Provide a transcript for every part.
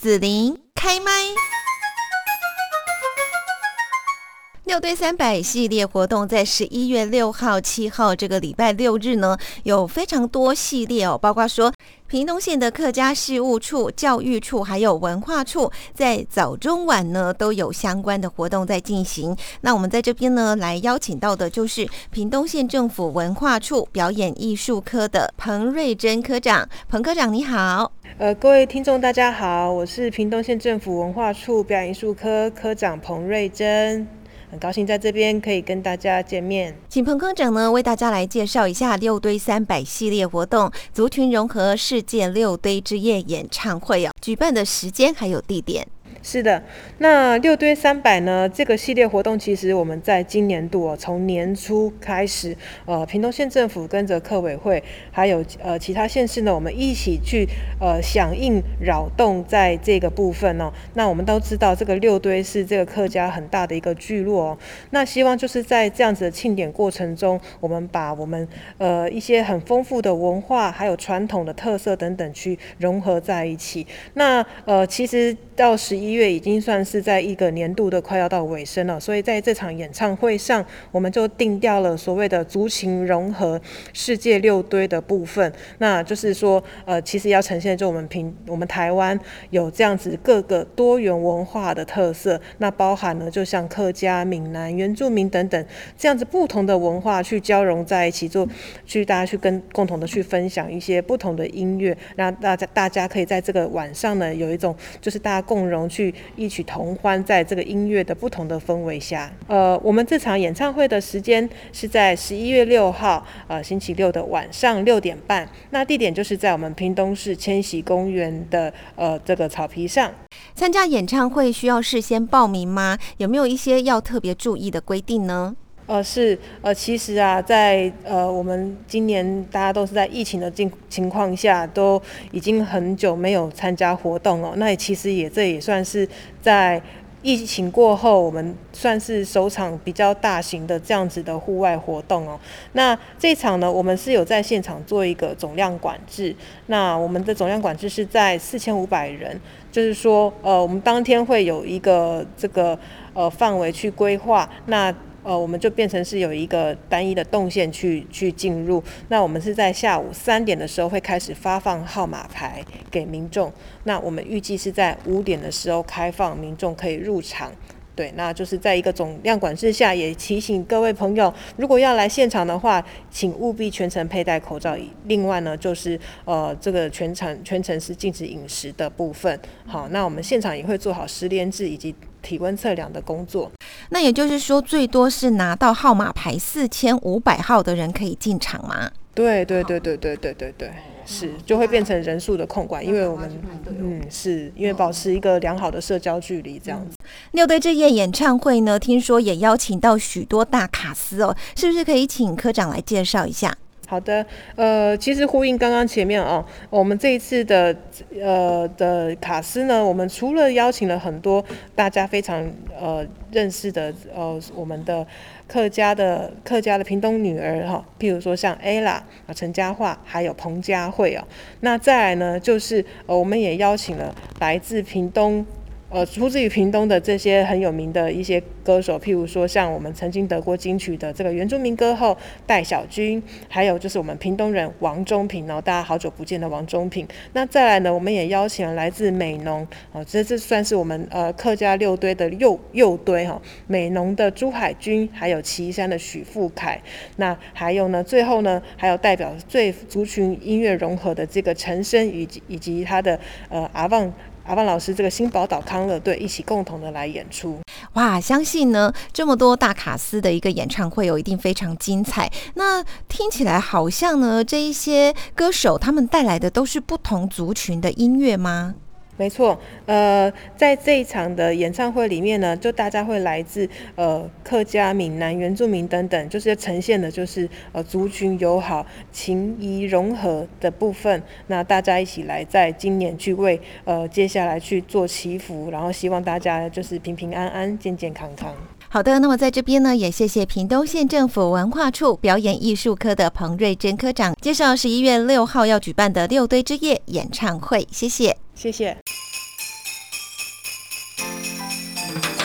子琳开麦。6堆300系列活动在11月6号、7号这个礼拜六日呢，有非常多系列哦，包括说屏东县的客家事务处、教育处还有文化处，在早中晚呢都有相关的活动在进行。那我们在这边呢来邀请到的就是屏东县政府文化处表演艺术科的彭瑞珍科长。彭科长你好。 各位听众大家好，我是屏东县政府文化处表演艺术科科长彭瑞珍。很高兴在这边可以跟大家见面， 请彭科长呢为大家来介绍一下6堆300系列活动族群融合世界6堆之夜演唱会举办的时间还有地点。 是的，那6堆300呢这个系列活动，其实我们在今年度从年初开始，屏东县政府跟着客委会，还有其他县市呢，我们一起去响应扰动在这个部分那我们都知道这个6堆是这个客家很大的一个聚落那希望就是在这样子的庆典过程中，我们把我们一些很丰富的文化还有传统的特色等等去融合在一起。那其实到11月已经算是在一个年度的快要到尾声了，所以在这场演唱会上，我们就定调了所谓的族群融合世界6堆的部分。那就是说，其实要呈现就我们台湾有这样子各个多元文化的特色，那包含呢，就像客家、闽南、原住民等等这样子不同的文化去交融在一起，去大家去共同的去分享一些不同的音乐，让大家可以在这个晚上呢有一种就是大家共融去异曲同欢，在这个音乐的不同的氛围下。我们这场演唱会的时间是在11月6号星期六的晚上6点半，那地点就是在我们屏东市千禧公园的这个草皮上。 参加演唱会需要事先报名吗？有没有一些要特别注意的规定呢？ 其实在我们今年大家都是在疫情的情况下，都已经很久没有参加活动那其实这也算是在疫情过后，我们算是首场比较大型的这样子的户外活动那这场呢，我们是有在现场做一个总量管制。那我们的总量管制是在4500人，就是说我们当天会有一个这个范围去规划。那我们就变成是有一个单一的动线去进入。那我们是在下午3点的时候会开始发放号码牌给民众。那我们预计是在5点的时候开放民众可以入场。对，那就是在一个总量管制下，也提醒各位朋友，如果要来现场的话，请务必全程佩戴口罩。另外呢，就是这个全程是禁止饮食的部分。好，那我们现场也会做好实联制以及体温测量的工作。 那也就是说，最多是拿到号码牌4500号的人可以进场吗？ 对，是就会变成人数的控管，因为我们是因为保持一个良好的社交距离这样子。 6堆之夜演唱会呢，听说也邀请到许多大卡司是不是可以请科长来介绍一下？ 好的，其实呼应刚刚前面我们这一次的卡司呢，我们除了邀请了很多大家非常认识的我们的客家的屏东女儿譬如说像 Ella 陈嘉桦还有彭佳慧那再来呢就是我们也邀请了来自屏东出自于屏东的这些很有名的一些歌手，譬如说像我们曾经得过金曲的这个原住民歌后戴晓君，还有就是我们屏东人王中平大家好久不见的王中平。那再来呢，我们也邀请了来自美浓这算是我们客家6堆的右堆美浓的朱海军，还有旗山的许富凯。那还有呢，最后呢，还有代表最族群音乐融合的这个陈升以及他的阿旺老师这个新宝岛康乐队一起共同的来演出。 哇，相信呢这么多大卡司的一个演唱会一定非常精彩。那听起来好像呢这一些歌手他们带来的都是不同族群的音乐吗？ 没错，在这一场的演唱会里面呢，就大家会来自客家、闽南、原住民等等，就是呈现的就是族群友好、情谊融合的部分。那大家一起来在今年去为接下来去做祈福，然后希望大家就是平平安安、健健康康。 好的，那么在这边呢，也谢谢屏东县政府文化处表演艺术科的彭瑞珍科长介绍11月6号要举办的6堆之夜演唱会，谢谢。 谢谢。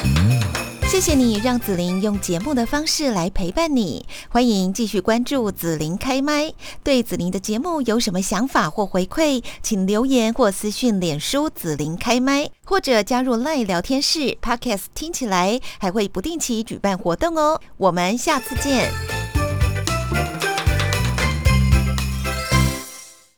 谢谢你让子琳用节目的方式来陪伴你，欢迎继续关注子琳开麦。对子琳的节目有什么想法或回馈，请留言或私讯脸书子琳开麦，或者加入 LINE 聊天室 Podcast 听起来，还会不定期举办活动哦。我们下次见。